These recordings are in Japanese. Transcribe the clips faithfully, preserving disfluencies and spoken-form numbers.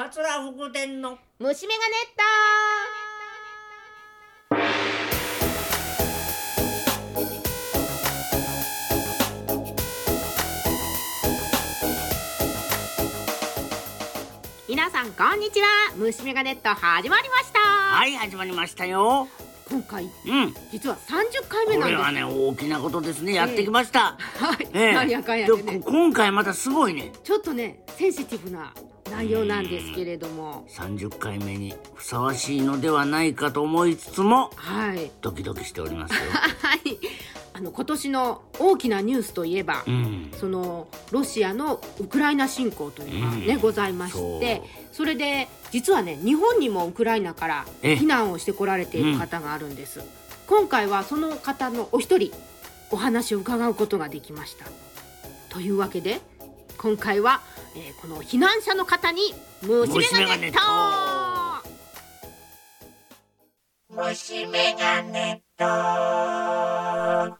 桂福伝の虫眼鏡皆さんこんにちは。虫眼鏡と始まりました。 はい、始まりましたよ。 今回、 うん、 実はさんじゅっかいめなんです。 これはね、大きなことですね。やってきました、 えー、はい、 えー、 なんやかんやでね、 今回またすごいね、 ちょっとねセンシティブな内容なんですけれども、 さんじゅっかいめにふさわしいのではないかと思いつつも、 はい、 ドキドキしておりますよはい、あの今年の大きなニュースといえば、うん、そのロシアのウクライナ侵攻というのがね、うん、ございまして、それで実はね日本にもウクライナから避難をしてこられている方があるんです、うん、今回はその方のお一人お話を伺うことができました。というわけで今回は、えー、この避難者の方に虫眼鏡と虫眼鏡と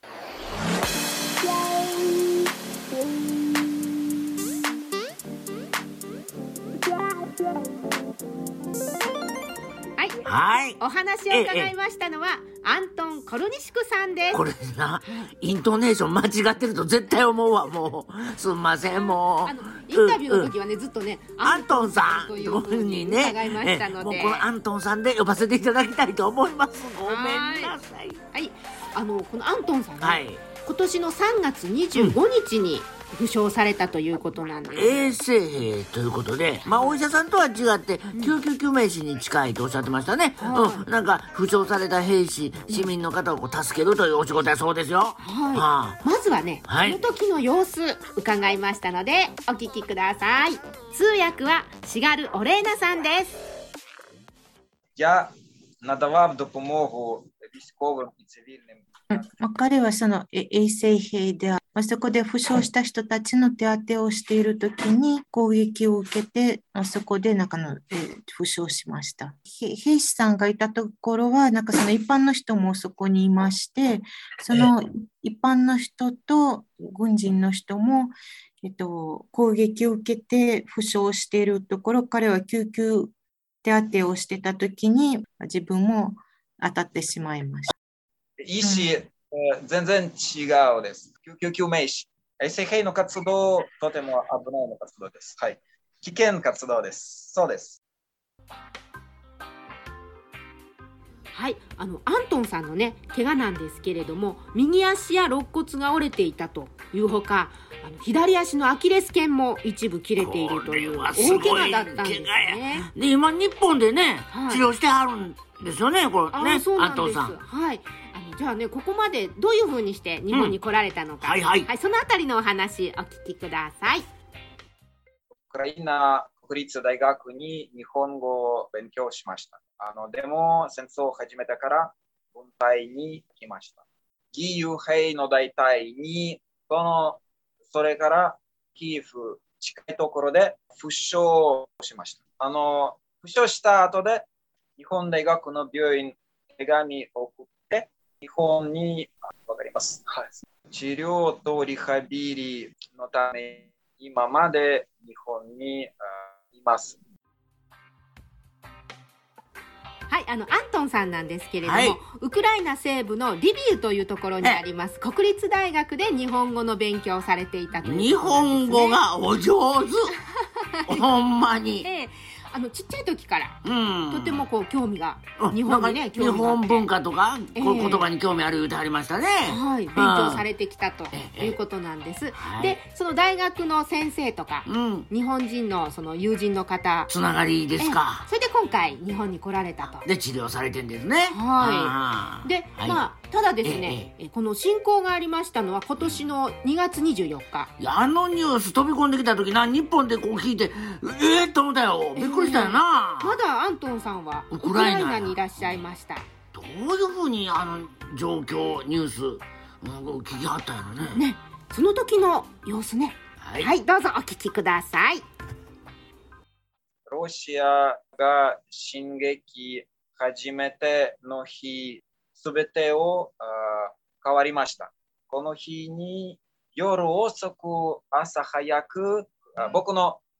はい、 はい、 お話を伺いましたのは、ええ、アントン・コルニシクさんです。 これな、イントネーション間違ってると絶対思うわ。もうすんません。もうあのインタビューの時はね、うん、ずっとねアントンさんというふうにね伺いましたので、 もうこのアントンさんで呼ばせていただきたいと思います。ごめんなさい。 はい、あのこのアントンさんね、はい、今年のさんがつにじゅうごにちに、うん、負傷されたということなんです。 衛生兵ということで、まあお医者さんとは違って救急救命士に近いとおっしゃってましたね、うんうん、なんか負傷された兵士市民の方をこう助けるというお仕事だそうですよ、はい、 はあ、まずはね、はい、その時の様子伺いましたのでお聞きください。通訳はシガル・オレーナさんです。 Я надавав допомогу військовим і цивільним。 彼はその衛生兵で、そこで負傷した人たちの手当てをしているときに攻撃を受けて、そこで中の負傷しました。兵士さんがいたところは、なんかその一般の人もそこにいまして、その一般の人と軍人の人も、えっと、攻撃を受けて負傷しているところ、彼は救急手当てをしてたときに自分も当たってしまいました。 医師、うん、全然違うです。救急救命士。衛生兵の活動、とても危ないの活動です。はい。危険活動です。そうです。 はい、あのアントンさんのね怪我なんですけれども、右足や肋骨が折れていたというほか、あの左足のアキレス腱も一部切れているという大怪我だったんですね。 で今日本でね、はい、治療してはるんですよね、これね、アントンさん。 はい、あのじゃあね、ここまでどういうふうにして日本に来られたのか、うん、はいはいはい、そのあたりのお話お聞きください。ウクライナ国立大学に日本語を勉強しました。あのでも戦争を始めてから軍隊に来ました。義勇兵の大隊に、そのそれからキーフ近いところで負傷しました。あの負傷した後で日本大学の病院手紙を送って日本にわかります、はい、治療とリハビリのため今まで日本にいます。 はい、あのアントンさんなんですけれども、はい、ウクライナ西部のリビウというところにあります国立大学で日本語の勉強をされていたということなんですね。 日本語がお上手ほんまに、 ええ、あのちっちゃい時から、うん、とてもこう興味が、 うん、 日本にね興味が日本文化とか、えー、言葉に興味ある言うてはりましたね。 はい、勉強されてきたということなんです、えー、でその大学の先生とか、うん、日本人のその友人の方つながりですか、 えー、それで今回日本に来られたと。 で治療されてんですね。 はい。で、はい、まあただですね、えー、この侵攻がありましたのは今年のにがつにじゅうよっか。 いや、あのニュース飛び込んできた時な、日本でこう聞いてええー、と思ったよ。びっくりしたよな、 えー、まだアントンさんはウクライナにいらっしゃいました。 どういうふうにあの状況ニュース、うん、聞きはったんやろね。 ね、その時の様子ね、はい、はい、どうぞお聞きください。 ロシアが進撃初めての日、すべてを変わりました。この日に夜遅く朝早く、僕の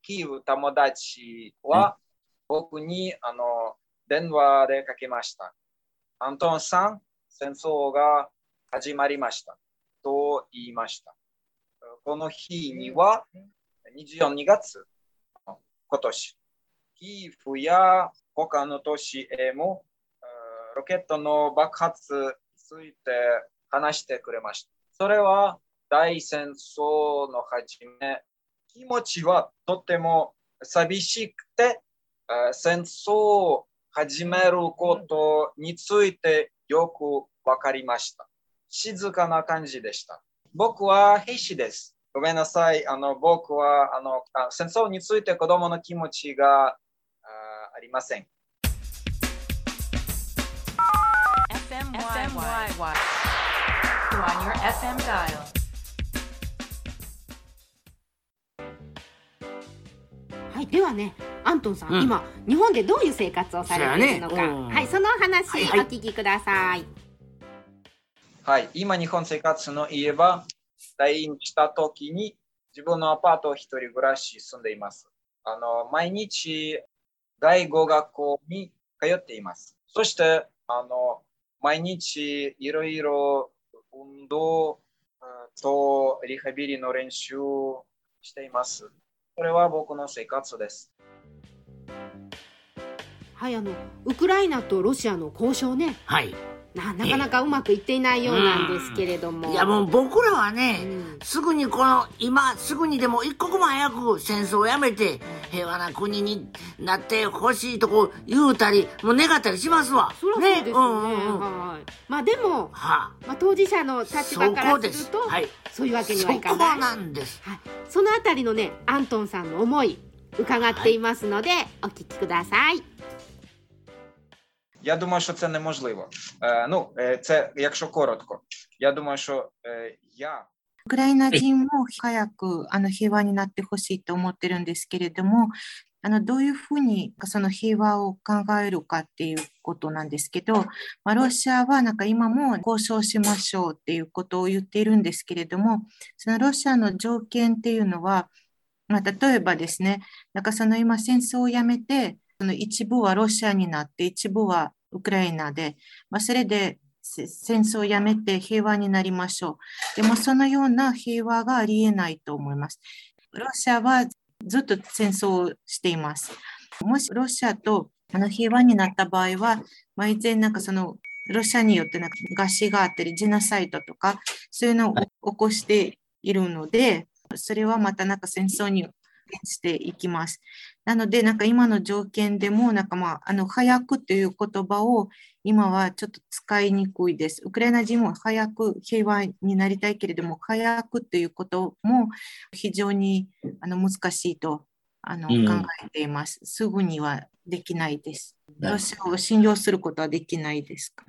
キーウ友達は僕にあの電話でかけました。アントンさん、戦争が始まりましたと言いました。この日にはにじゅうよっかにがつ、今年、キーウや他の都市へもロケットの爆発について話してくれました。それは大戦争の始め、気持ちはとても寂しくて、戦争を始めることについてよくわかりました。静かな感じでした。僕は兵士です。ごめんなさい。あの僕はあの戦争について子供の気持ちが あ, ありません。 エフエムワイワイ on your エフエム dial。 はい、ではね、アントンさん、 うん、 今日本でどういう生活をされているのか、 ねうん、 はい、その話、 はいはい、 お聞きください。 はい、今日本生活の家は退院した時に自分のアパート一人暮らし住んでいます。あの毎日外語学校に通っています。そしてあの毎日いろいろ運動とリハビリの練習をしています。これは僕の生活です。 はい、あのウクライナとロシアの交渉ね、 はい、 な, なかなかうまくいっていないようなんですけれども、 いやもう僕らはね、うん、すぐにこの今すぐにでも一刻も早く戦争をやめて平和な国になってほしいとこ言うたりもう願ったりしますわ。 そりゃそうですよね、うんうんうん、はい、まあでも、はあまあ、当事者の立場からすると そ,、はい、そういうわけにはいかない。 そこなんです、 はい、そのあたりのねアントンさんの思い伺っていますので、はい、お聞きください。 Я думаю, що це неможливо. Е, ну, це, якщо коротко, я думаю, що е, я... ウクライナ人も早くあの平和になってほしいと思ってるんですけれども、あのどういうふうにその平和を考えるかっていうことなんですけど、まあ、ロシアはなんか今も交渉しましょうっていうことを言っているんですけれども、そのロシアの条件っていうのは、まあ、例えばですね、なんかその今戦争をやめて、その一部はロシアになって一部はウクライナで、まあ、それで戦争をやめて平和になりましょう。でもそのような平和がありえないと思います。ロシアはずっと戦争をしています。もしロシアとあの平和になった場合は、まあ、以前なんかそのロシアによってなんか餓死があったりジェノサイドとかそういうのを起こしているので、それはまたなんか戦争にしていきます。なので、なんか今の条件でも、なんかまあ、あの、早くという言葉を今はちょっと使いにくいです。ウクライナ人も早く平和になりたいけれども、早くということも非常にあの難しいとあの、うん、考えています。すぐにはできないです。ロシアを信用することはできないですから。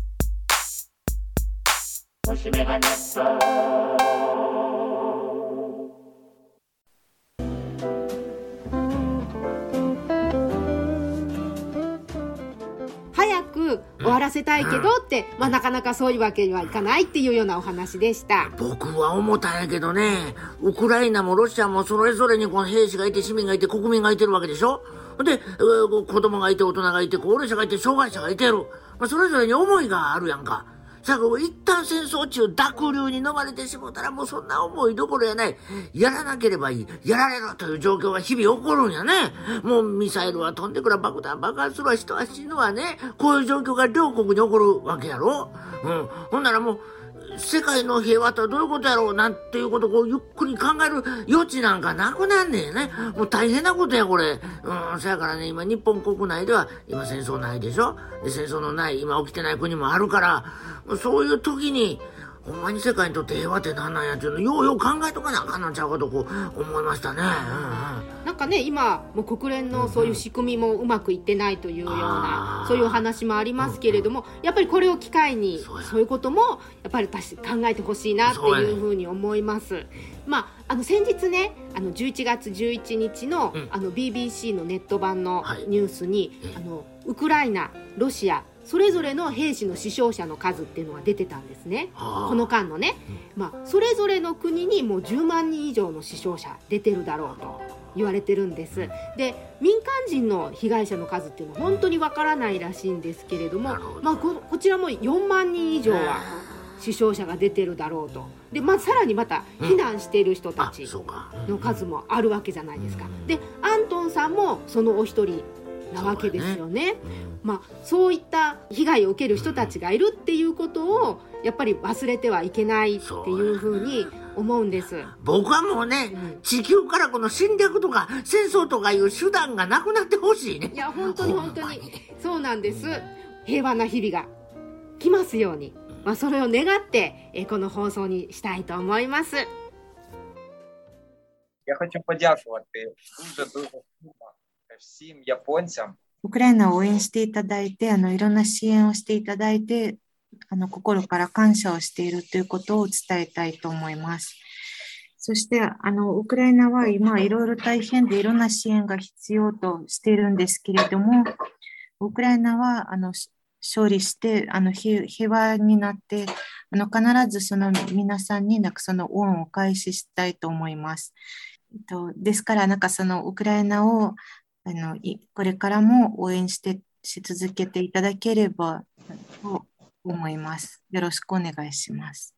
終わらせたいけどって、うんまあ、なかなかそういうわけにはいかないっていうようなお話でした。 僕は思ったんやけどね、ウクライナもロシアもそれぞれにこの兵士がいて市民がいて国民がいてるわけでしょ。で、子供がいて大人がいて高齢者がいて障害者がいてる、まあ、それぞれに思いがあるやんか。さあ一旦戦争中濁流に飲まれてしもたらもうそんな思いどころやない。やらなければいい、やられろという状況が日々起こるんやね。もうミサイルは飛んでくら爆弾爆発するわ人は死ぬわね。こういう状況が両国に起こるわけやろ。うん。ほんならもう世界の平和とはどういうことやろうなんていうことをこうゆっくり考える余地なんかなくなんねんね。もう大変なことやこれ。うん、そやからね、今日本国内では今戦争ないでしょ。で戦争のない今起きてない国もあるから、そういう時にほんまに世界にとって平和って何なんやっていうのをようよう考えとかなあかんのちゃうかとこう思いましたね。うんうん、 なんかね今もう国連のそういう仕組みもうまくいってないというような、うん、そういうお話もありますけれども、やっぱりこれを機会にそういうこともやっぱり考えてほしいなっていうふうに思います。まあ、あの先日ねあのじゅういちがつじゅういちにち の,、うん、あの ビービーシー のネット版のニュースに、はい、あのウクライナ、ロシア、 それぞれの兵士の死傷者の数っていうのが出てたんですね、はあ、この間のね、まあ、それぞれの国にもうじゅうまんにん以上の死傷者出てるだろうと言われてるんです。で、民間人の被害者の数っていうのは本当にわからないらしいんですけれども、まあ、こ, こちらもよんまんにん以上は死傷者が出てるだろうと。で、まあ、さらにまた避難している人たちの数もあるわけじゃないですか。で、アントンさんもそのお一人なわけですよね。まあ、そういった被害を受ける人たちがいるっていうことをやっぱり忘れてはいけないっていうふうに思うんです。 僕はもうね、うん、地球からこの侵略とか戦争とかいう手段がなくなってほしいね。 いや、本当に本当にそうなんです。平和な日々が来ますように、まあ、それを願ってえこの放送にしたいと思います。 Я хочу подякувати дуже-дуже всім японцям。 ウクライナを応援していただいて、あのいろんな支援をしていただいて、あの心から感謝をしているということを伝えたいと思います。そしてあのウクライナは今いろいろ大変でいろんな支援が必要としているんですけれども、ウクライナはあの勝利してあの平和になって、あの必ずその皆さんになんかその恩を返ししたいと思います。ですからなんかそのウクライナをあのこれからも応援してし続けていただければと思います。よろしくお願いします。